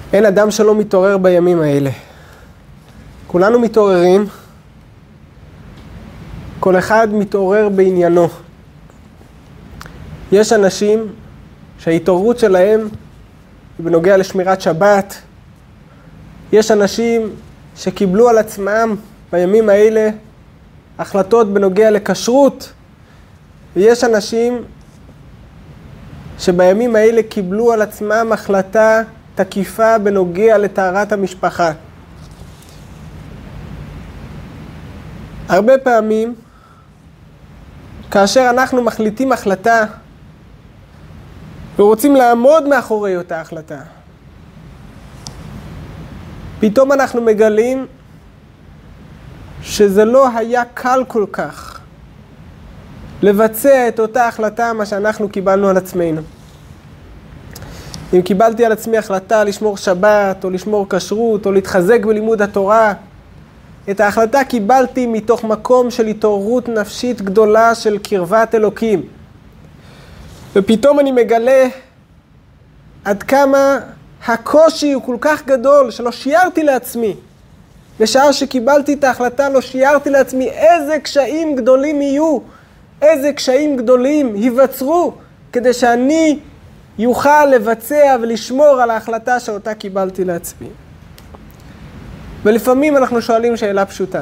אין אדם שלא מתעורר בימים האלה. כולנו מתעוררים, כל אחד מתעורר בעניינו. יש אנשים שההתעוררות שלהם היא בנוגע לשמירת שבת. יש אנשים שקיבלו על עצמם בימים האלה החלטות בנוגע לכשרות. ויש אנשים שבימים האלה קיבלו על עצמם החלטה תקיפה בנוגע לטהרת המשפחה. הרבה פעמים, כאשר אנחנו מחליטים החלטה ורוצים לעמוד מאחורי אותה החלטה, פתאום אנחנו מגלים שזה לא היה קל כל כך לבצע את אותה החלטה מה שאנחנו קיבלנו על עצמנו. אם קיבלתי על עצמי החלטה לשמור שבת או לשמור כשרות או להתחזק בלימוד התורה, את ההחלטה קיבלתי מתוך מקום של התעוררות נפשית גדולה של קרבת אלוקים. ופתאום אני מגלה עד כמה הקושי הוא כל כך גדול שלא שיערתי לעצמי. בשעה שקיבלתי את ההחלטה לא שיערתי לעצמי איזה קשיים גדולים יהיו, איזה קשיים גדולים ייווצרו כדי שאני יוכל לבצע ולשמור על ההחלטה שאותה קיבלתי לעצמי. ולפעמים אנחנו שואלים שאלה פשוטה.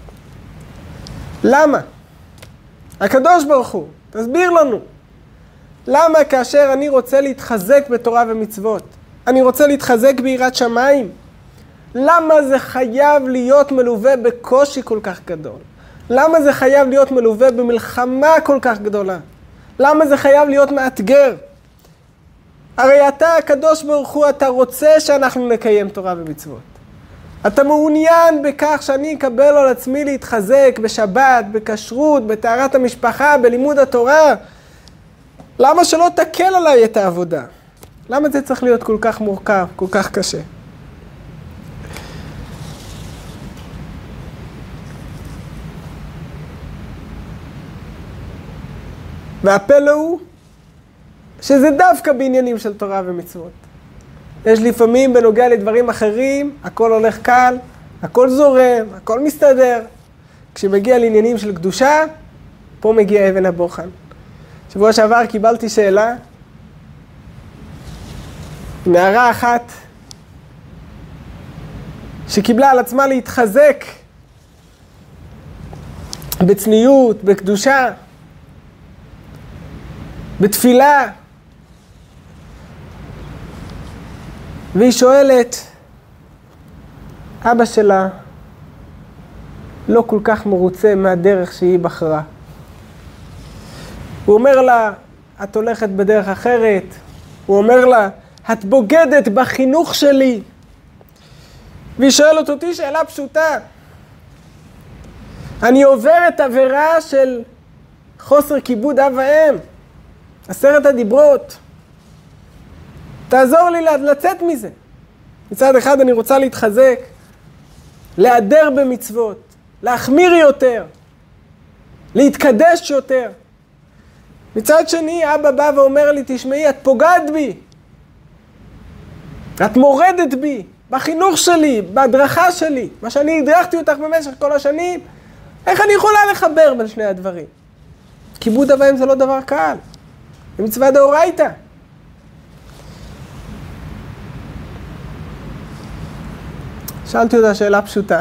למה? הקדוש ברוך הוא, תסביר לנו. למה כאשר אני רוצה להתחזק בתורה ומצוות, אני רוצה להתחזק ביראת שמיים, למה זה חייב להיות מלווה בקושי כל כך גדול? למה זה חייב להיות מלווה במלחמה כל כך גדולה? למה זה חייב להיות מאתגר? הרי אתה, הקדוש ברוך הוא, אתה רוצה שאנחנו נקיים תורה ומצוות. אתה מעוניין בכך שאני אקבל על עצמי להתחזק בשבת, בכשרות, בטהרת המשפחה, בלימוד התורה. למה שלא תקל עליי את העבודה? למה זה צריך להיות כל כך מורכב, כל כך קשה? והפלא הוא שזה דווקא בעניינים של תורה ומצוות. יש לפעמים בנוגע לדברים אחרים, הכל הולך קל, הכל זורם, הכל מסתדר. כשמגיע לעניינים של קדושה, פה מגיע אבן הבוחן. שבוע שעבר קיבלתי שאלה, נערה אחת, שקיבלה על עצמה להתחזק בצניעות, בקדושה, בתפילה. והיא שואלת, אבא שלה לא כל כך מרוצה מהדרך שהיא בחרה. הוא אומר לה, את הולכת בדרך אחרת. הוא אומר לה, את בוגדת בחינוך שלי. והיא שואלת אותי שאלה פשוטה. אני עוברת עבירה של חוסר כיבוד אב ואם. 10 הדיברות. תעזור לי לצאת מזה. מצד אחד אני רוצה להתחזק, להיעדר במצוות, להחמיר יותר, להתקדש יותר. מצד שני, אבא בא ואומר לי, תשמעי, את פוגעת בי. את מורדת בי, בחינוך שלי, בהדרכה שלי, מה שאני הדרכתי אותך במשך כל השנים. איך אני יכולה לחבר בין שני הדברים? כיבוד אב ואם זה לא דבר קל. זה מצווה דאורייתא. שאלתי אותה שאלה פשוטה.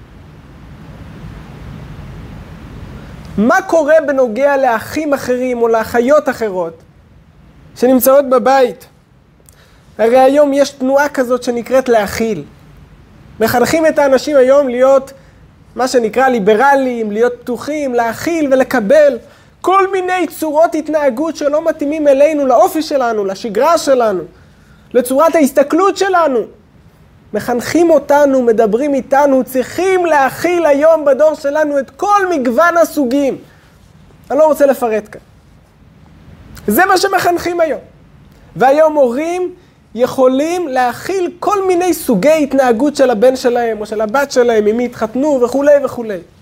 מה קורה בנוגע לאחים אחרים או לאחיות אחרות שנמצאות בבית? הרי היום יש תנועה כזאת שנקראת להכיל. מחנכים את האנשים היום להיות מה שנקרא ליברליים, להיות פתוחים, להכיל ולקבל כל מיני צורות התנהגות שלא מתאימים אלינו, לאופי שלנו, לשגרה שלנו, לצורת ההסתכלות שלנו. מחנכים אותנו, מדברים איתנו, צריכים להכיל היום בדור שלנו את כל מגוון הסוגים. אני לא רוצה לפרט כאן. זה מה שמחנכים היום. והיום הורים יכולים להכיל כל מיני סוגי התנהגות של הבן שלהם או של הבת שלהם, אם יתחתנו וכו' וכו'.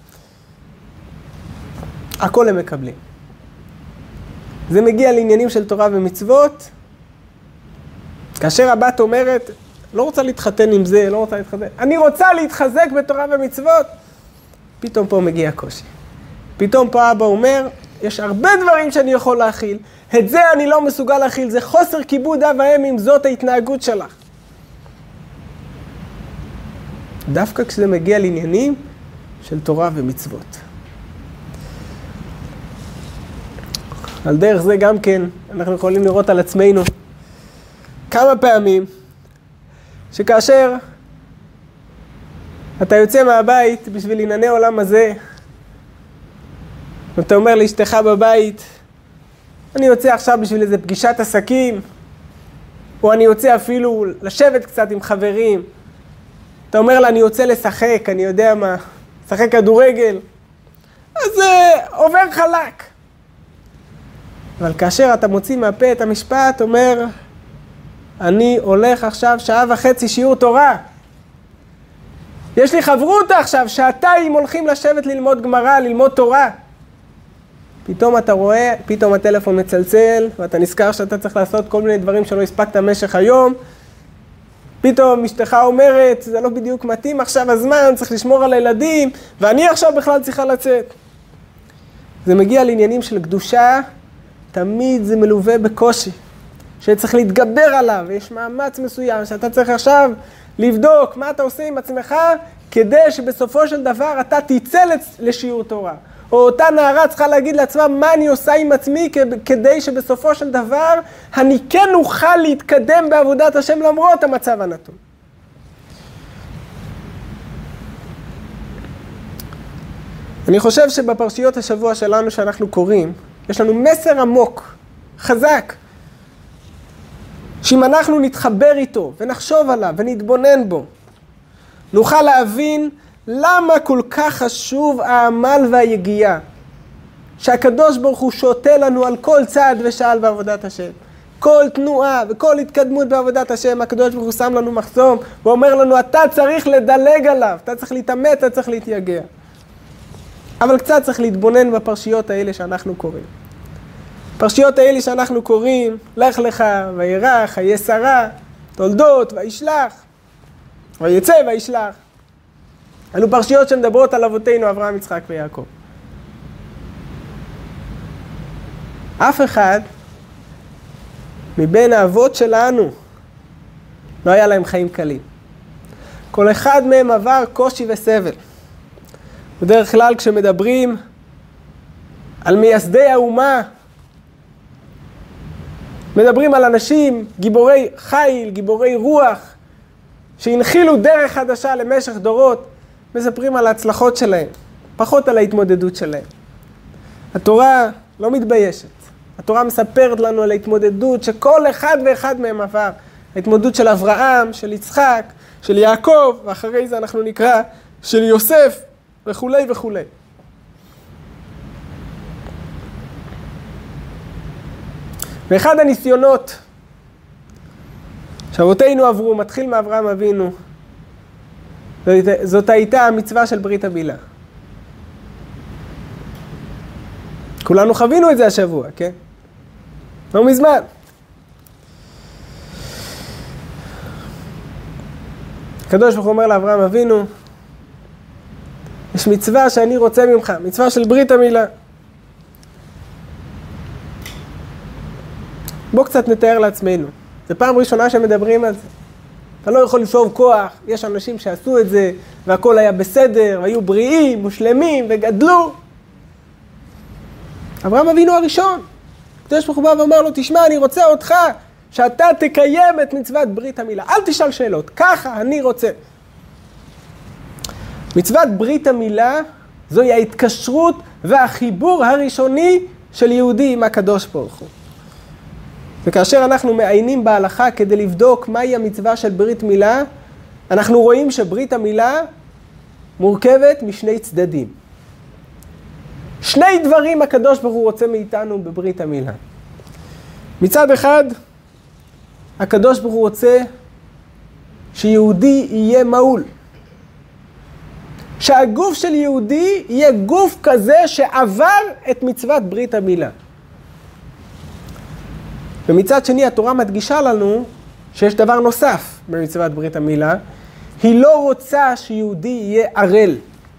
הכל הם מקבלים. זה מגיע לעניינים של תורה ומצוות. כאשר הבת אומרת, לא רוצה להתחתן עם זה, לא רוצה להתחתן. אני רוצה להתחזק בתורה ומצוות. פתאום פה מגיע קושי. פתאום פה אבא אומר, יש הרבה דברים שאני יכול להכיל. את זה אני לא מסוגל להכיל. זה חוסר כיבוד אב ואם אם זאת ההתנהגות שלך. דווקא כשזה מגיע לעניינים של תורה ומצוות. על דרך זה גם כן, אנחנו יכולים לראות על עצמנו כמה פעמים שכאשר אתה יוצא מהבית בשביל ענייני עולם הזה, ואתה אומר לאשתך בבית, אני יוצא עכשיו בשביל איזה פגישת עסקים, או אני יוצא אפילו לשבת קצת עם חברים, אתה אומר לה, אני יוצא לשחק, אני יודע מה, לשחק כדורגל, אז עובר חלק. אבל כאשר אתה מוציא מהפה את המשפט, אומר, אני הולך עכשיו 1.5 שעה שיעור תורה. יש לי חברותה עכשיו, 2 שעות הולכים לשבת ללמוד גמרא, ללמוד תורה. פתאום אתה רואה, פתאום הטלפון מצלצל, ואתה נזכר שאתה צריך לעשות כל מיני דברים שלא הספקת במשך היום. פתאום אשתך אומרת, זה לא בדיוק מתאים עכשיו הזמן, צריך לשמור על הילדים, ואני עכשיו בכלל צריכה לצאת. זה מגיע לעניינים של קדושה, תמיד זה מלווה בקושי, שצריך להתגבר עליו, ויש מאמץ מסוים, שאתה צריך עכשיו לבדוק מה אתה עושה עם עצמך, כדי שבסופו של דבר אתה תצא לשיעור תורה. או אותה נערה צריכה להגיד לעצמה מה אני עושה עם עצמי, כדי שבסופו של דבר אני כן אוכל להתקדם בעבודת השם למרות המצב הנתון. אני חושב שבפרשיות השבוע שלנו שאנחנו קוראים, יש לנו מסר עמוק, חזק, שאם אנחנו נתחבר איתו ונחשוב עליו ונתבונן בו, נוכל להבין למה כל כך חשוב העמל והיגיעה, שהקדוש ברוך הוא שותה לנו על כל צעד ושעל בעבודת השם. כל תנועה וכל התקדמות בעבודת השם, הקדוש ברוך הוא שם לנו מחסום, ואומר לנו, אתה צריך לדלג עליו, אתה צריך להתאמץ, אתה צריך להתייגע. אבל קצת צריך להתבונן בפרשיות האלה שאנחנו קוראים. פרשיות האלה שאנחנו קוראים, לך לך, וירח, חיי שרה, תולדות, וישלח, ויצא וישלח. אלו פרשיות שמדברות על אבותינו, אברהם, יצחק ויעקב. אף אחד מבין האבות שלנו לא היה להם חיים קלים. כל אחד מהם עבר קושי וסבל. בדרך כלל כשמדברים על מייסדי האומה, מדברים על אנשים גיבורי חיל, גיבורי רוח, שהנחילו דרך חדשה למשך דורות, מספרים על ההצלחות שלהם, פחות על ההתמודדות שלהם. התורה לא מתביישת. התורה מספרת לנו על ההתמודדות שכל אחד ואחד מהם עבר. ההתמודדות של אברהם, של יצחק, של יעקב, ואחרי זה אנחנו נקרא של יוסף וכו' וכו'. ואחד הניסיונות שאבותינו עברו, מתחיל מאברהם אבינו, זאת הייתה המצווה של ברית המילה. כולנו חווינו את זה השבוע, כן? לא מזמן. הקדוש ברוך הוא אומר לאברהם אבינו, יש מצווה שאני רוצה ממך, מצווה של ברית המילה. בוא קצת נתאר לעצמנו. זה פעם ראשונה שמדברים על זה. אתה לא יכול לשאוב כוח, יש אנשים שעשו את זה, והכל היה בסדר, והיו בריאים, מושלמים, וגדלו. אברהם אבינו הראשון. הקדוש ברוך הוא בא ואומר לו, תשמע, אני רוצה אותך, שאתה תקיים את מצוות ברית המילה. אל תשאל שאלות, ככה אני רוצה. מצוות ברית המילה, זוהי ההתקשרות והחיבור הראשוני של יהודי עם הקדוש ברוך הוא. וכאשר אנחנו מעיינים בהלכה כדי לבדוק מהי המצווה של ברית מילה, אנחנו רואים שברית המילה מורכבת משני צדדים. שני דברים הקדוש ברוך הוא רוצה מאיתנו בברית המילה. מצד אחד, הקדוש ברוך הוא רוצה שיהודי יהיה מעול. שהגוף של יהודי יהיה גוף כזה שעבר את מצוות ברית המילה. ומצד שני, התורה מדגישה לנו שיש דבר נוסף במצוות ברית המילה, היא לא רוצה שיהודי יהיה ערל.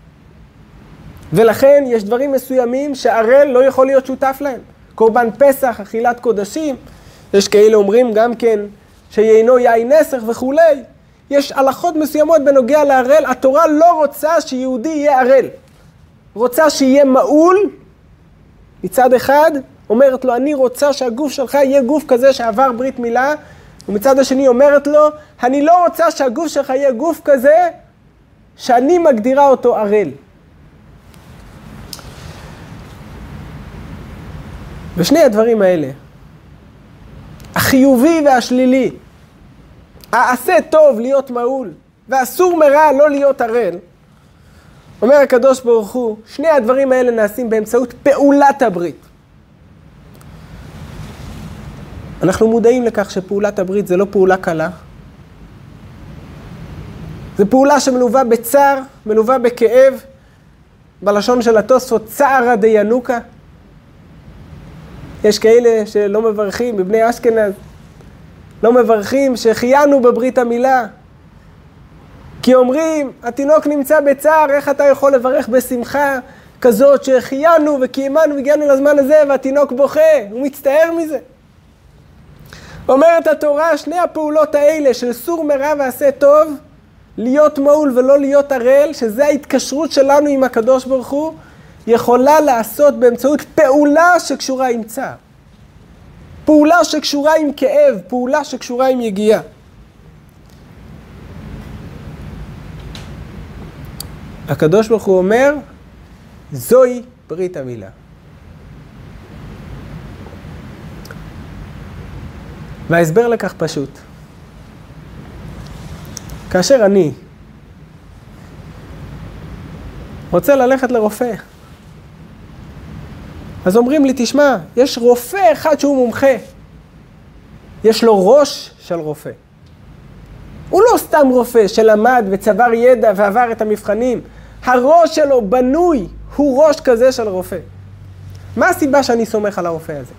ולכן יש דברים מסוימים שערל לא יכול להיות שותף להם. קורבן פסח, אכילת קודשים, יש כאלה אומרים גם כן שיינו יין נסך וכולי. יש הלכות מסוימות בנוגע לערל, התורה לא רוצה שיהודי יהיה ערל. רוצה שיהיה מעול, מצד אחד אומרת לו אני רוצה שהגוף שלך יהיה גוף כזה שעבר ברית מילה, ומצד השני אומרת לו אני לא רוצה שהגוף שלך יהיה גוף כזה שאני מגדירה אותו ערל. ושני הדברים האלה, החיובי והשלילי, העשה טוב להיות מעול, ואסור מרע לא להיות ערל, אומר הקדוש ברוך הוא, שני הדברים האלה נעשים באמצעות פעולת הברית. אנחנו מודעים לכך שפעולת הברית זה לא פעולה קלה. זה פעולה שמלווה בצער, מלווה בכאב, בלשון של התוספות, צערא דיינוקה. יש כאלה שלא מברכים, בבני אשכנז, לא מברכים שהחיינו בברית המילה. כי אומרים, התינוק נמצא בצער, איך אתה יכול לברך בשמחה כזאת שהחיינו וקיימנו והגיענו לזמן הזה והתינוק בוכה, הוא מצטער מזה. אומרת התורה, שני הפעולות האלה של סור מרע ועשה טוב, להיות מעול ולא להיות ערל, שזה ההתקשרות שלנו עם הקדוש ברוך הוא, יכולה לעשות באמצעות פעולה שקשורה עם צער. פעולה שקשורה עם כאב, פעולה שקשורה עם יגיעה. הקדוש ברוך הוא אומר, זוהי ברית המילה. וההסבר לכך פשוט. כאשר אני רוצה ללכת לרופא, אז אומרים לי, תשמע, יש רופא אחד שהוא מומחה. יש לו ראש של רופא. הוא לא סתם רופא שלמד וצבר ידע ועבר את המבחנים. הראש שלו בנוי, הוא ראש כזה של רופא. מה הסיבה שאני סומך על הרופא הזה?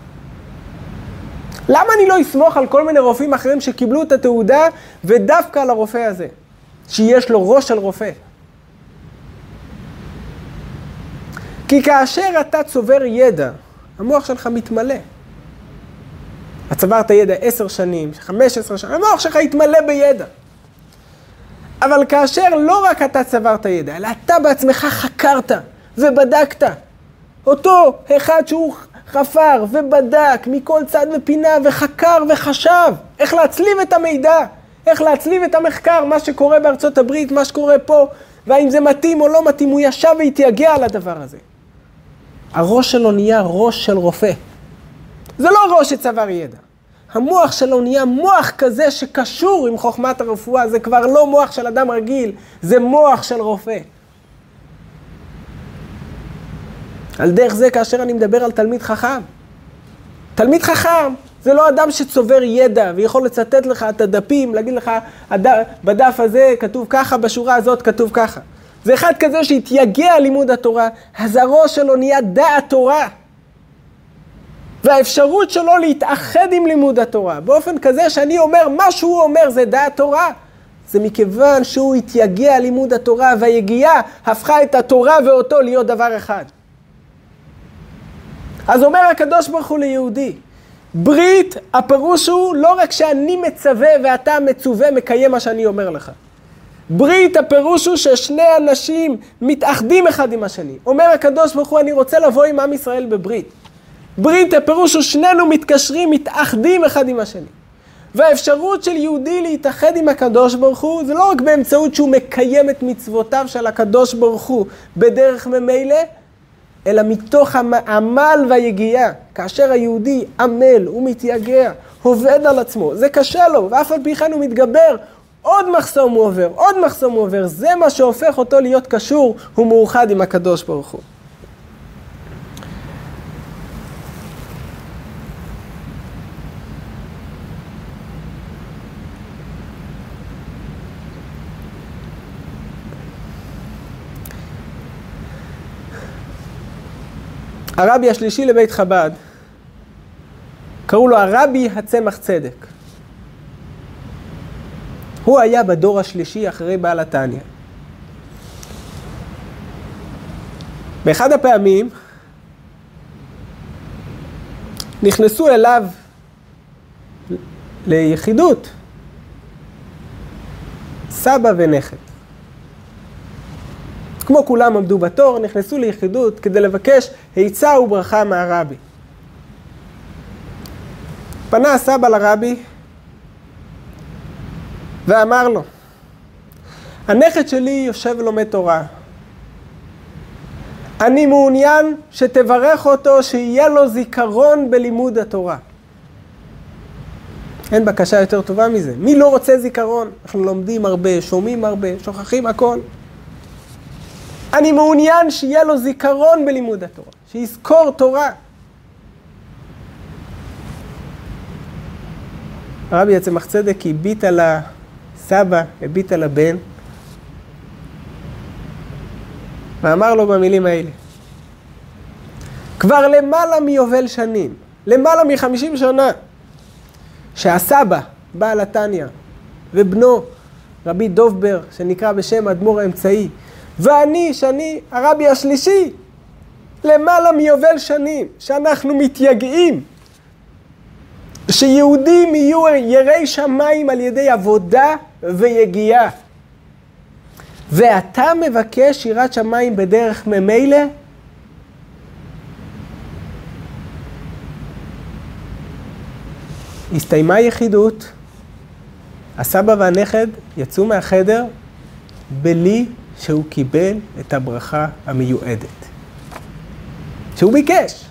למה אני לא אסמוך על כל מיני רופאים אחרים שקיבלו את התעודה ודווקא על הרופא הזה? שיש לו ראש של רופא. כי כאשר אתה צובר ידע, המוח שלך מתמלא. אתה צברת ידע 10 שנים, 15 שנים, המוח שלך יתמלא בידע. אבל כאשר לא רק אתה צברת ידע, אלא אתה בעצמך חקרת ובדקת. אותו אחד שהוא חפר ובדק מכל צד ופינה וחקר וחשב איך להצליב את המידע, איך להצליב את המחקר, מה שקורה בארצות הברית, מה שקורה פה, והאם זה מתאים או לא מתאים, הוא ישב והתייגע על הדבר הזה. הראש שלו נהיה ראש של רופא. זה לא ראש שצבר ידע. המוח שלו נהיה מוח כזה שקשור עם חוכמת הרפואה, זה כבר לא מוח של אדם רגיל, זה מוח של רופא. על דרך זה כאשר אני מדבר על תלמיד חכם. תלמיד חכם זה לא אדם שצובר ידע ויכול לצטט לך את הדפים, להגיד לך בדף הזה כתוב ככה, בשורה הזאת כתוב ככה. זה אחד כזה שהתייגע על לימוד התורה, אז הראש שלו נהיה דעת תורה. והאפשרות שלו להתאחד עם לימוד התורה, באופן כזה שאני אומר, מה שהוא אומר זה דעת תורה. זה מכיוון שהוא התייגע על לימוד התורה, והיגיעה הפכה את התורה ואותו להיות דבר אחד. אז אומר הקדוש ברוך הוא ליהודי, ברית הפירוש הוא לא רק שאני מצווה ואתה מצווה מקיים מה שאני אומר לך. ברית הפירוש הוא ששני אנשים מתאחדים אחד עם השני. אומר הקדוש ברוך הוא, אני רוצה לבוא עם עם ישראל בברית. ברית הפירוש הוא שנינו מתקשרים, מתאחדים אחד עם השני. והאפשרות של יהודי להתאחד עם הקדוש ברוך הוא, זה לא רק באמצעות שהוא מקיים את מצוותיו של הקדוש ברוך הוא בדרך ממילא, אלא מתוך העמל והיגיעה. כאשר היהודי עמל, הוא מתייגע, עובד על עצמו, זה קשה לו, ואף על פי כן הוא מתגבר, עוד מחסום הוא עובר, עוד מחסום הוא עובר, זה מה שהופך אותו להיות קשור, הוא מאוחד עם הקדוש ברוך הוא. הרבי השלישי לבית חב"ד, קראו לו הרבי הצמח צדק. הוא היה בדור השלישי אחרי בעל התניא. באחד הפעמים נכנסו אליו ליחידות סבא ונכד. כמו כולם עמדו בתור, נכנסו ליחידות כדי לבקש היצע וברכה מהרבי. פנה הסבא לרבי ואמר לו, הנכד שלי יושב ולומד תורה. אני מעוניין שתברך אותו שיהיה לו זיכרון בלימוד התורה. אין בקשה יותר טובה מזה. מי לא רוצה זיכרון? אנחנו לומדים הרבה, שומעים הרבה, שוכחים הכל. אני מעוניין שיהיה לו זיכרון בלימוד התורה, שיזכור תורה. הרבי צמח צדק הביט על הסבא, הביט על הבן, ואמר לו במילים האלה, כבר למעלה מיובל שנים, למעלה מ50 שנה, שהסבא, בעל התניא, ובנו, רבי דובבר, שנקרא בשם אדמו"ר האמצעי, ואני, שאני הרבי השלישי, למעלה מיובל שנים, שאנחנו מתייגעים, שיהודים יהיו יראי שמיים על ידי עבודה ויגיעה. ואתה מבקש יראת שמיים בדרך ממילא? הסתיימה יחידות, הסבא והנכד יצאו מהחדר בלי שהוא קיבל את הברכה המיועדת שהוא ביקש.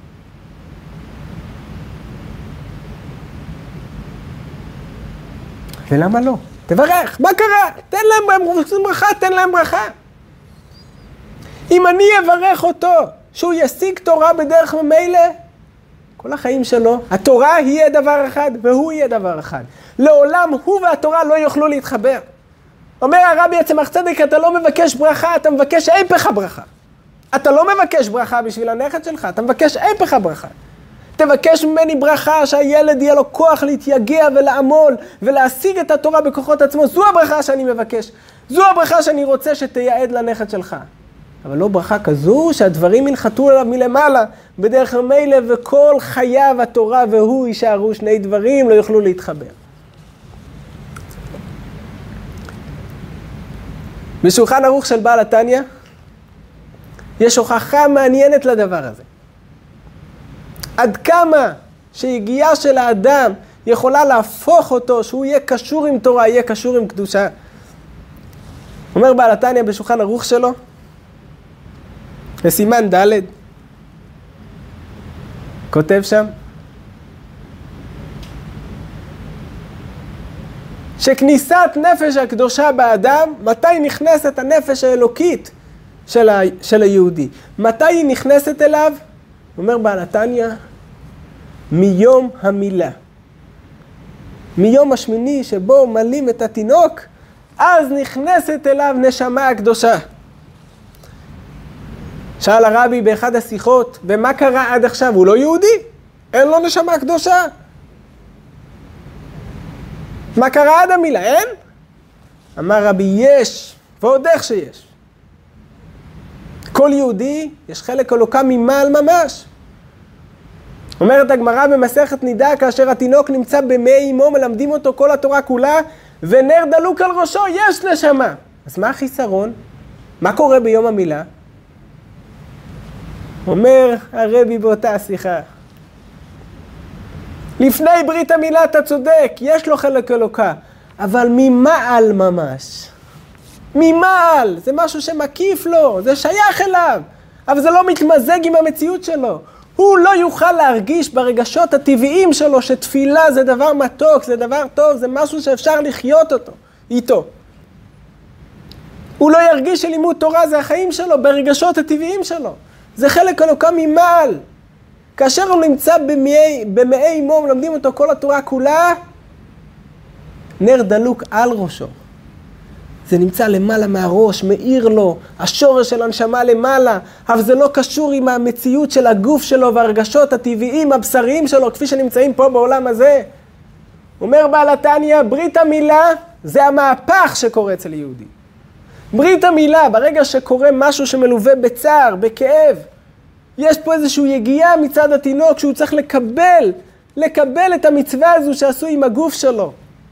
ולמה לא? תברך, מה קרה? תן להם ברכה, תן להם ברכה. אם אני אברך אותו שהוא ישיג תורה בדרך ממילא, כל החיים שלו, התורה יהיה דבר אחד והוא יהיה דבר אחד. לעולם הוא והתורה לא יוכלו להתחבר. אומר הרבי צמח צדק, אתה לא מבקש ברכה, אתה מבקש היפך הברכה. אתה לא מבקש ברכה בשביל הנכד שלך, אתה מבקש היפך הברכה. תבקש ממני ברכה שהילד יהיה לו כוח להתייגע ולעמול ולהשיג את התורה בכוחות עצמו. זו הברכה שאני מבקש. זו הברכה שאני רוצה שתייעד לנכד שלך. אבל לא ברכה כזו שהדברים ינחתו עליו מלמעלה בדרך ממילא וכל חייו התורה והוא יישארו שני דברים, לא יוכלו להתחבר. בשולחן ערוך של בעל התניא יש הוכחה מעניינת לדבר הזה. עד כמה שהגיעה של האדם יכולה להפוך אותו, שהוא יהיה קשור עם תורה, יהיה קשור עם קדושה. אומר בעל התניא בשולחן ערוך שלו, בסימן ד', כותב שם, שכניסת נפש הקדושה באדם, מתי נכנסת הנפש האלוקית של היהודי? מתי היא נכנסת אליו? אומר בעל התניא, מיום המילה. מיום השמיני שבו מלים את התינוק, אז נכנסת אליו נשמה הקדושה. שאל הרבי באחד השיחות, ומה קרה עד עכשיו? הוא לא יהודי? אין לו נשמה קדושה? מה קרה עד המילה? אין? אמר רבי, יש, ועוד איך שיש. כל יהודי יש חלק אלוקה ממעל ממש. אומרת הגמרא במסכת נידה, כאשר התינוק נמצא במי אמו, מלמדים אותו כל התורה כולה, ונר דלוק על ראשו, יש נשמה. אז מה החיסרון? מה קורה ביום המילה? אומר הרבי באותה שיחה, לפני ברית המילה אתה צודק, יש לו חלק אלוקה, אבל ממעל ממש. ממעל, זה משהו שמקיף לו, זה שייך אליו, אבל זה לא מתמזג עם המציאות שלו. הוא לא יוכל להרגיש ברגשות הטבעיים שלו שתפילה זה דבר מתוק, זה דבר טוב, זה משהו שאפשר לחיות אותו, איתו. הוא לא ירגיש שלימוד תורה זה החיים שלו, ברגשות הטבעיים שלו. זה חלק אלוקה ממעל. כאשר הוא נמצא במאי אמו, מלמדים אותו כל התורה כולה, נר דלוק על ראשו. זה נמצא למעלה מהראש, מאיר לו, השורש של הנשמה למעלה, אבל זה לא קשור עם המציאות של הגוף שלו והרגשות הטבעיים, הבשריים שלו, כפי שנמצאים פה בעולם הזה. אומר בעל התניא, ברית המילה זה המהפך שקורה אצל יהודי. ברית המילה, ברגע שקורה משהו שמלווה בצער, בכאב, יש פה איזושהי יגיעה מצד התינוק שהוא צריך לקבל את המצווה הזו שעשו עם הגוף שלו.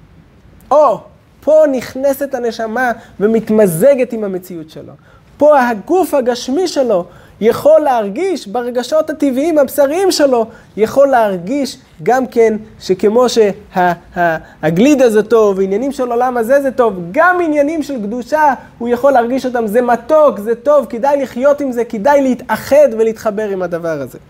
פה נכנסת הנשמה ומתמזגת עם המציאות שלו. פה הגוף הגשמי שלו יכול להרגיש ברגשות הטבעיים, הבשריים שלו, יכול להרגיש גם כן שכמו שהגלידה זה טוב, ועניינים של עולם הזה זה טוב, גם עניינים של קדושה הוא יכול להרגיש אותם, זה מתוק, זה טוב, כדאי לחיות עם זה, כדאי להתאחד ולהתחבר עם הדבר הזה.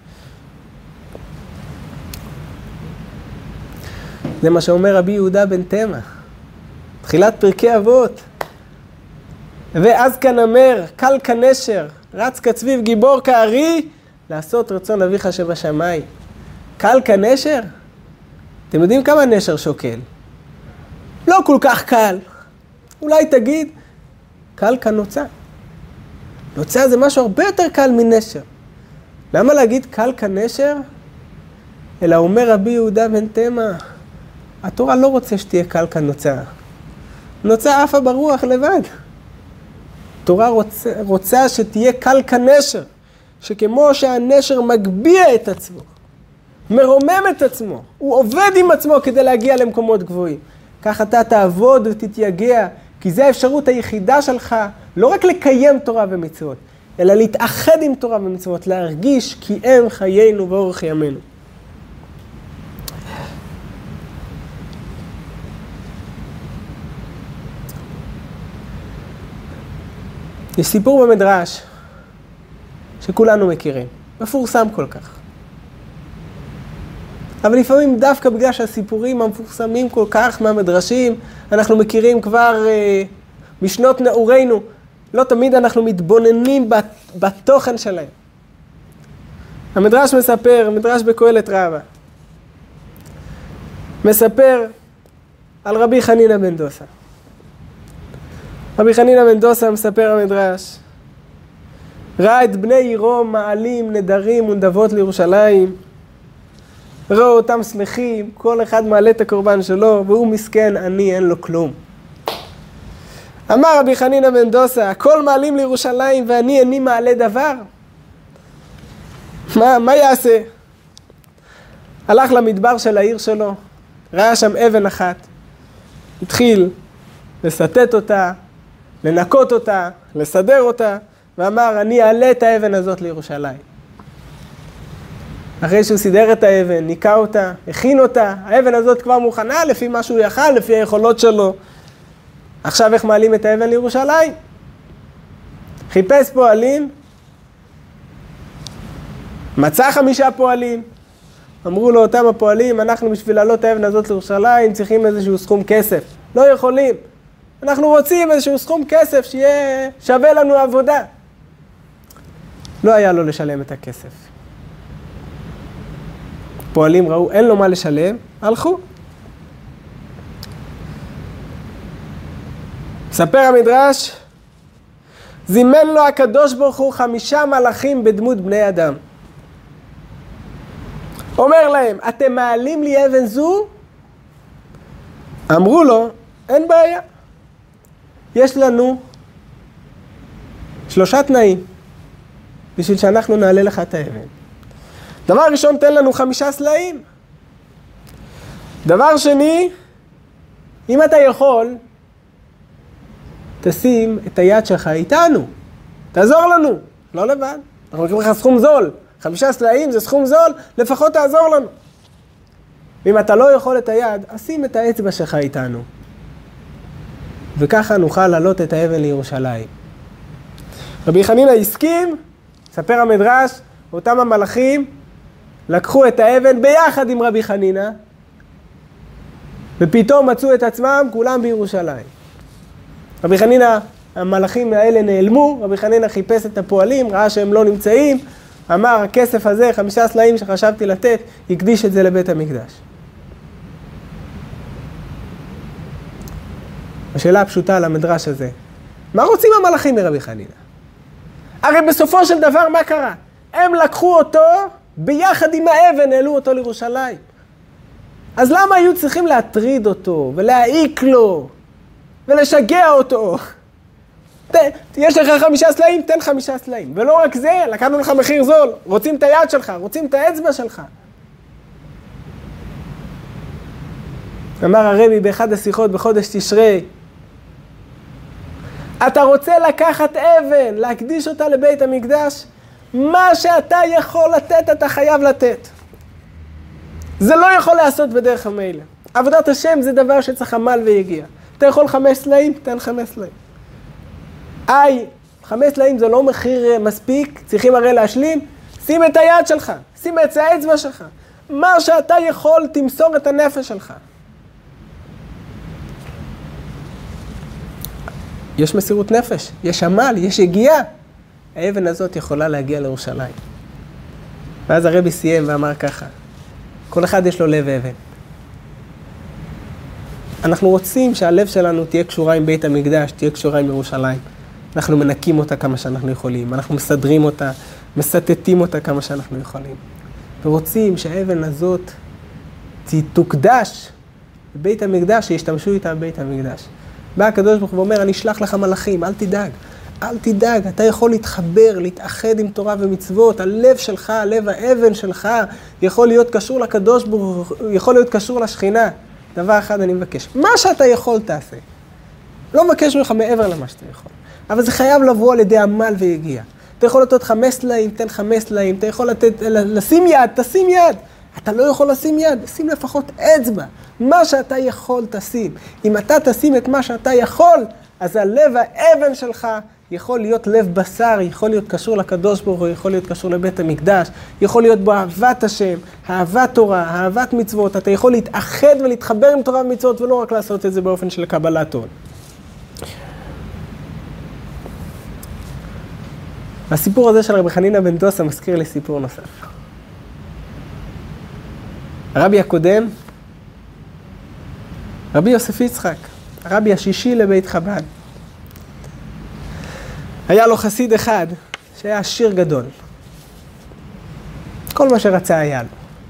זה מה שאומר רבי יהודה בן תמה, תחילת פרקי אבות. ואז כאן אומר, קל כנשר, רץ כצביב גיבור כארי, לעשות רצון אביך שבשמיים. קל כנשר? אתם יודעים כמה נשר שוקל? לא כל כך קל. אולי תגיד, קל כנוצה. נוצה זה משהו הרבה יותר קל מנשר. למה להגיד קל כנשר? אלא אומר רבי יהודה בן תמה, התורה לא רוצה שתהיה קל כנוצה. נוצה עפה ברוח לבד. התורה רוצה שתהיה קל כנשר, שכמו שהנשר מגביע את עצמו, מרומם את עצמו, הוא עובד עם עצמו כדי להגיע למקומות גבוהים. כך אתה תעבוד ותתייגע, כי זו האפשרות היחידה שלך, לא רק לקיים תורה ומצוות, אלא להתאחד עם תורה ומצוות, להרגיש כי הם חיינו ואורך ימינו. יש סיפור במדרש שכולנו מכירים, מפורסם כל כך. אבל לפעמים דווקא בגלל שהסיפורים המפורסמים כל כך מהמדרשים, אנחנו מכירים כבר משנות נעורינו, לא תמיד אנחנו מתבוננים בתוכן שלהם. המדרש מספר, מדרש בקהלת רבה, מספר על רבי חנינא בן דוסא. רבי חנינא בן דוסא מספר המדרש, ראה את בני עירו מעלים נדרים ונדבות לירושלים, ראו אותם שמחים, כל אחד מעלה את הקורבן שלו, והוא מסכן, אני אין לו כלום. אמר רבי חנינא בן דוסא, הכל מעלים לירושלים ואני איני מעלה דבר. מה יעשה? הלך למדבר של העיר שלו, ראה שם אבן אחת, התחיל לסטט אותה, לנקות אותה, לסדר אותה, ואמר, אני אעלה את האבן הזאת לירושלים. אחרי שהוא סידר את האבן, ניקה אותה, הכין אותה, האבן הזאת כבר מוכנה לפי מה שהוא יכל, לפי היכולות שלו. עכשיו איך מעלים את האבן לירושלים? חיפש פועלים, מצא 5 פועלים, אמרו לו אותם הפועלים, אנחנו בשביל לעלות את האבן הזאת לירושלים צריכים איזשהו סכום כסף. לא יכולים. אנחנו רוצים איזשהו סכום כסף שיהיה שווה לנו עבודה. לא היה לו לשלם את הכסף. פועלים ראו, אין לו מה לשלם, הלכו. ספר המדרש, זימן לו הקדוש ברוך הוא 5 מלאכים בדמות בני אדם. אומר להם, אתם מעלים לי אבן זו? אמרו לו, אין בעיה. יש לנו 3 תנאים בשביל שאנחנו נעלה לך את האבן. דבר ראשון, תן לנו 5 סלעים. דבר שני, אם אתה יכול, תשים את היד שלך איתנו. תעזור לנו, לא לבד. אנחנו נקראים לך סכום זול. 5 סלעים זה סכום זול, לפחות תעזור לנו. ואם אתה לא יכול את היד, אז שים את האצבע שלך איתנו. וככה נוכל לעלות את האבן לירושלים. רבי חנינא הסכים, ספר המדרש, אותם המלאכים לקחו את האבן ביחד עם רבי חנינא, ופתאום מצאו את עצמם כולם בירושלים. רבי חנינא, המלאכים האלה נעלמו, רבי חנינא חיפש את הפועלים, ראה שהם לא נמצאים, אמר, הכסף הזה, 5 סלעים שחשבתי לתת, הקדיש את זה לבית המקדש. השאלה הפשוטה על המדרש הזה, מה רוצים המלאכים מרבי חנינא? הרי בסופו של דבר מה קרה? הם לקחו אותו, ביחד עם האבן העלו אותו לירושלים. אז למה היו צריכים להטריד אותו ולהעיק לו ולשגע אותו. יש לך 5 סלעים, תן 5 סלעים. ולא רק זה, לקחנו לך מחיר זול, רוצים את היד שלך, רוצים את האצבע שלך. אמר הרבי באחד השיחות בחודש תשרי, אתה רוצה לקחת אבן, להקדיש אותה לבית המקדש? מה שאתה יכול לתת, אתה חייב לתת. זה לא יכול לעשות בדרך המילא. עבודת השם זה דבר שצריך עמל ויגיע. אתה יכול 5 סלעים, תן 5 סלעים. 5 סלעים זה לא מחיר מספיק, צריכים הרי להשלים. שים את היד שלך, שים את האצבע שלך. מה שאתה יכול, תמסור את הנפש שלך. יש מסירות נפש, יש עמל, יש הגיעה. האבן הזאת יכולה להגיע לירושלים. ואז הרבי סיים ואמר ככה, כל אחד יש לו לב אבן. אנחנו רוצים שהלב שלנו תהיה קשורה עם בית המקדש, תהיה קשורה עם ירושלים. אנחנו מנקים אותה כמה שאנחנו יכולים, אנחנו מסדרים אותה, מסתתים אותה כמה שאנחנו יכולים. ורוצים שהאבן הזאת תוקדש בבית המקדש, שישתמשו איתה בבית המקדש. בא הקדוש ברוך הוא ואומר, אני אשלח לך מלאכים, אל תדאג. אל תדאג, אתה יכול להתחבר, להתאחד עם תורה ומצוות, הלב שלך, הלב האבן שלך, יכול להיות קשור לקדוש ברוך הוא, יכול להיות קשור לשכינה. דבר אחד אני מבקש, מה שאתה יכול תעשה. לא מבקש ממך מעבר למה שאתה יכול. אבל זה חייב לבוא על ידי עמל ויגיע. אתה יכול לתת 5 סלעים, תן 5 סלעים, אתה יכול לשים יד, תשים יד. אתה לא יכול לשים יד, שים לפחות אצבע. מה שאתה יכול תשים. אם אתה תשים את מה שאתה יכול, אז הלב האבן שלך יכול להיות לב בשר, יכול להיות קשור לקדוש ברוך הוא, יכול להיות קשור לבית המקדש, יכול להיות בו אהבת השם, אהבת תורה, אהבת מצוות. אתה יכול להתאחד ולהתחבר עם תורה ומצוות, ולא רק לעשות את זה באופן של קבלת עול. הסיפור הזה של רבי חנינא בן דוסא מזכיר לי סיפור נוסף. הרבי הקודם, רבי יוסף יצחק, הרבי השישי לבית חב"ד. היה לו חסיד אחד שהיה עשיר גדול. כל מה שרצה היה לו.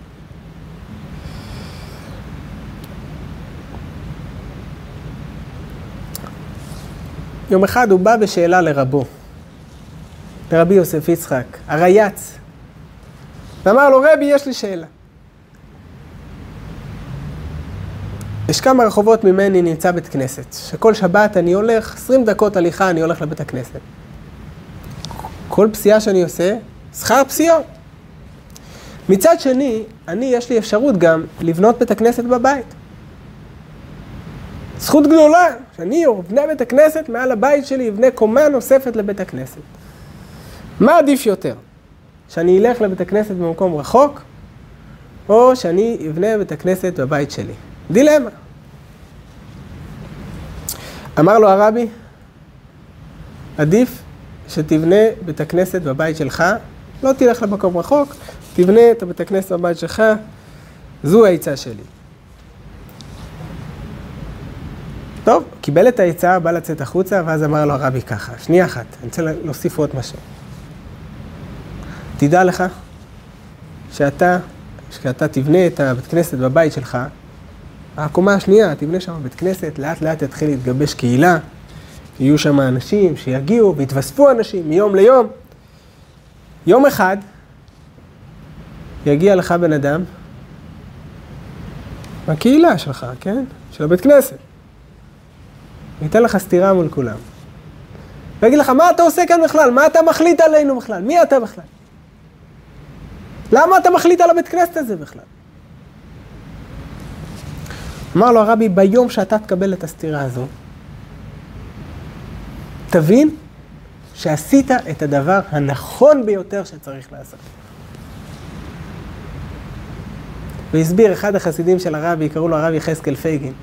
יום אחד הוא בא בשאלה לרבו, לרבי יוסף יצחק, הרייץ, ואמר לו, רבי, יש לי שאלה. יש כמה רחובות ממני נמצא בית כנסת, שכל שבת אני הולך, 20 דקות הליכה אני הולך לבית הכנסת. כל פסיעה שאני עושה, שכר פסיעות. מצד שני, יש לי אפשרות גם לבנות בית הכנסת בבית. זכות גדולה, שאני אבנה בית הכנסת מעל הבית שלי, אבנה קומה נוספת לבית הכנסת. מה עדיף יותר? שאני אלך לבית הכנסת במקום רחוק, או שאני אבנה בית הכנסת בבית שלי? דילמה. אמר לו הרבי, עדיף שתבנה בית הכנסת בבית שלך, לא תלך למקום רחוק, תבנה את בית הכנסת בבית שלך, זו העצה שלי. טוב, קיבל את העצה, בא לצאת החוצה, ואז אמר לו הרבי ככה, שנייה אחת, אני רוצה להוסיף עוד משהו. תדע לך שאתה תבנה את הבית כנסת בבית שלך, הקומה השנייה, תבנה שם בית כנסת, לאט לאט יתחיל להתגבש קהילה, יהיו שם אנשים שיגיעו ויתווספו אנשים מיום ליום. יום אחד יגיע לך בן אדם מהקהילה שלך, כן? של הבית כנסת. ייתן לך סתירה מול כולם. ויגיד לך, מה אתה עושה כאן בכלל? מה אתה מחליט עלינו בכלל? מי אתה בכלל? למה אתה מחליט על הבית כנסת הזה בכלל? אמר לו הרבי, ביום שאתה תקבל את הסתירה הזו, תבין שעשית את הדבר הנכון ביותר שצריך לעשות. והסביר אחד החסידים של הרבי, קראו לו הרבי יחזקאל פייגין.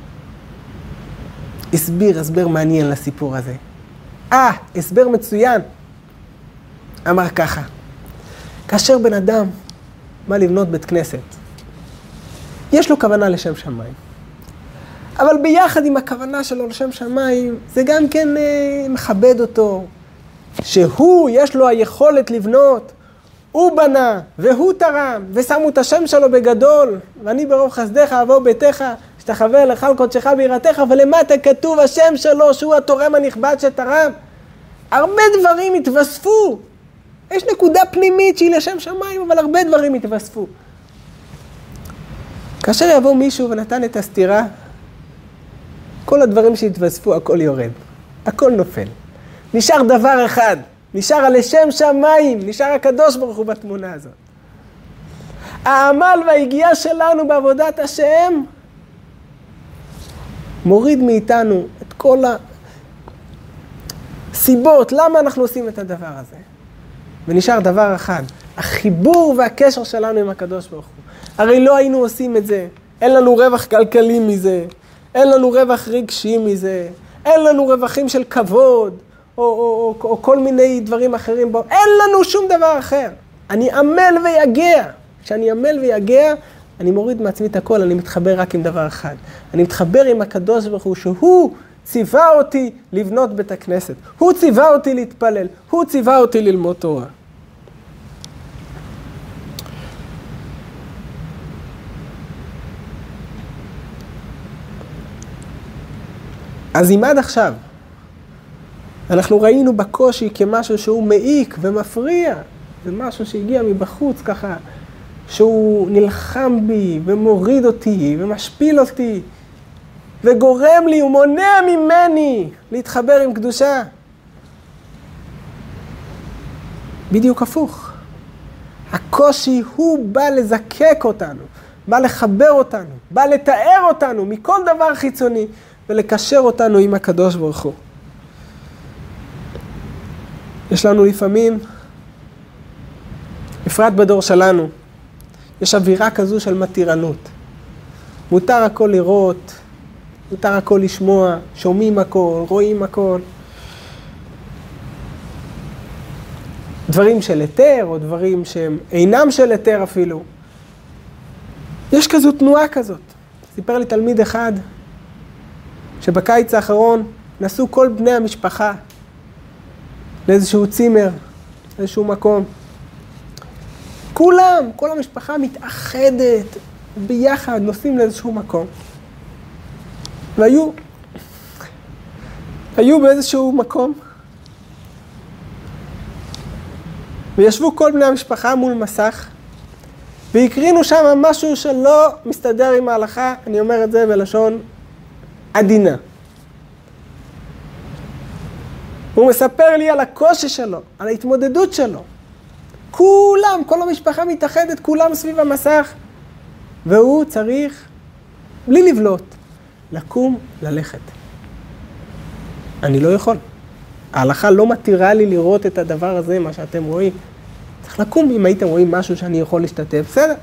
הסבר מעניין לסיפור הזה. הסבר מצוין. אמר ככה, כאשר בן אדם בא לבנות בית כנסת, יש לו כוונה לשם שמיים. אבל ביחד עם הכוונה שלו לשם שמיים, זה גם כן מכבד אותו. שהוא, יש לו היכולת לבנות, הוא בנה, והוא תרם, ושמו את השם שלו בגדול, ואני ברוב חסדך אבוא ביתך, שתחווה לך על קודשך ביראתך, ולמטה כתוב השם שלו, שהוא התורם הנכבד שתרם. הרבה דברים התווספו. יש נקודה פנימית שהיא לשם שמיים, אבל הרבה דברים התווספו. כאשר יבוא מישהו ונתן את הסתירה, כל הדברים שהתווספו, הכל יורד. הכל נופל. נשאר דבר אחד. נשאר הלשם שמיים. נשאר הקדוש ברוך הוא בתמונה הזאת. העמל וההגיעה שלנו בעבודת השם מוריד מאיתנו את כל הסיבות למה אנחנו עושים את הדבר הזה. ונשאר דבר אחד, החיבור והקשר שלנו עם הקדוש ברוך הוא. הרי לא היינו עושים את זה, אין לנו רווח כלכלי מזה, אין לנו רווח רגשי מזה, אין לנו רווחים של כבוד, או כל מיני דברים אחרים, אין לנו שום דבר אחר. אני עמל ויגע. כשאני עמל ויגע, אני מוריד מעצמי את הכל, אני מתחבר רק עם דבר אחד. אני מתחבר עם הקדוש ברוך הוא, שהוא ציווה אותי לבנות בית הכנסת. הוא ציווה אותי להתפלל. הוא ציווה אותי ללמוד תורה. אז אם עד עכשיו אנחנו ראינו בקושי כמשהו שהוא מעיק ומפריע, זה משהו שהגיע מבחוץ ככה, שהוא נלחם בי ומוריד אותי ומשפיל אותי וגורם לי ומונע ממני להתחבר עם קדושה. בדיוק הפוך. הקושי הוא בא לזקק אותנו, בא לחבר אותנו, בא לתאר אותנו מכל דבר חיצוני ולקשר אותנו עם הקדוש ברוך הוא. יש לנו לפעמים, בפרט בדור שלנו, יש אווירה כזו של מתירנות. מותר הכל לראות, מותר הכל לשמוע, שומעים הכל, רואים הכל. דברים של היתר, או דברים שהם אינם של היתר אפילו. יש כזו תנועה כזאת. סיפר לי תלמיד אחד, שבקיץ האחרון נסעו כל בני המשפחה לאיזשהו צימר, לאיזשהו מקום. כולם, כל המשפחה מתאחדת ביחד, נוסעים לאיזשהו מקום. והיו באיזשהו מקום, וישבו כל בני המשפחה מול מסך, והקרינו שם משהו שלא מסתדר עם ההלכה, אני אומר את זה בלשון עדינה. הוא מספר לי על הקושי שלו, על ההתמודדות שלו. כולם, כל המשפחה מתאחדת, כולם סביב המסך. והוא צריך, בלי לבלוט, לקום, ללכת. אני לא יכול. ההלכה לא מתירה לי לראות את הדבר הזה, מה שאתם רואים. צריך לקום, אם הייתם רואים משהו שאני יכול להשתתף, בסדר.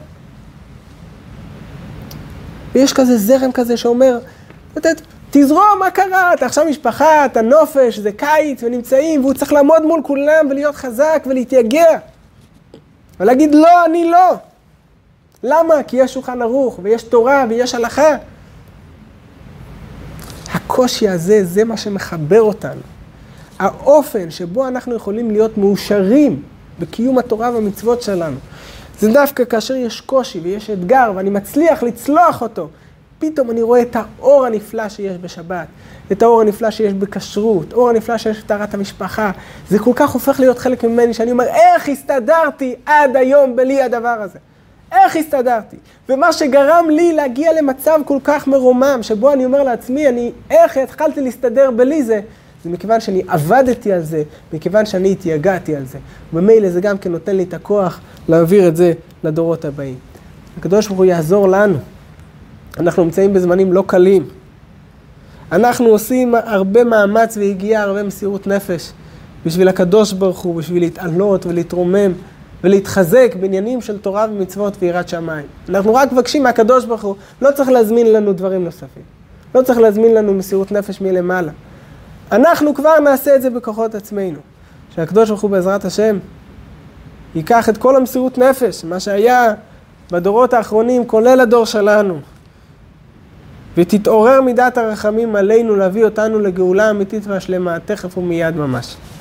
ויש כזה זרם כזה שאומר, תזרום, מה קרה? אתה עכשיו משפחה, אתה נופש, זה קיץ ונמצאים, והוא צריך לעמוד מול כולם ולהיות חזק ולהתייגע. ולהגיד לא, אני לא. למה? כי יש שולחן ערוך ויש תורה ויש הלכה. הקושי הזה, זה מה שמחבר אותנו. האופן שבו אנחנו יכולים להיות מאושרים בקיום התורה והמצוות שלנו. זה דווקא כאשר יש קושי ויש אתגר ואני מצליח לצלוח אותו. פתאום אני רואה את האור הנפלא שיש בשבת, את האור הנפלא שיש בכשרות, האור הנפלא שיש בטהרת המשפחה. זה כל כך הופך להיות חלק ממני שאני אומר, איך הסתדרתי עד היום בלי הדבר הזה? איך הסתדרתי? ומה שגרם לי להגיע למצב כל כך מרומם, שבו אני אומר לעצמי, איך התחלתי להסתדר בלי זה? זה מכיוון שאני עבדתי על זה, מכיוון שאני התייגעתי על זה. ובמילא זה גם כן נותן לי את הכוח להעביר את זה לדורות הבאים. הקדוש ברוך הוא יעזור לנו. אנחנו נמצאים בזמנים לא קלים. אנחנו עושים הרבה מאמץ והגיעה, הרבה מסירות נפש, בשביל הקדוש ברוך הוא, בשביל להתעלות ולהתרומם ולהתחזק בעניינים של תורה ומצוות ויראת שמיים. אנחנו רק מבקשים מהקדוש ברוך הוא, לא צריך להזמין לנו דברים נוספים. לא צריך להזמין לנו מסירות נפש מלמעלה. אנחנו כבר נעשה את זה בכוחות עצמנו. שהקדוש ברוך הוא בעזרת השם ייקח את כל המסירות נפש, מה שהיה בדורות האחרונים, כולל הדור שלנו, ותתעורר מידת הרחמים עלינו להביא אותנו לגאולה אמיתית והשלמה, תכף ומיד ממש.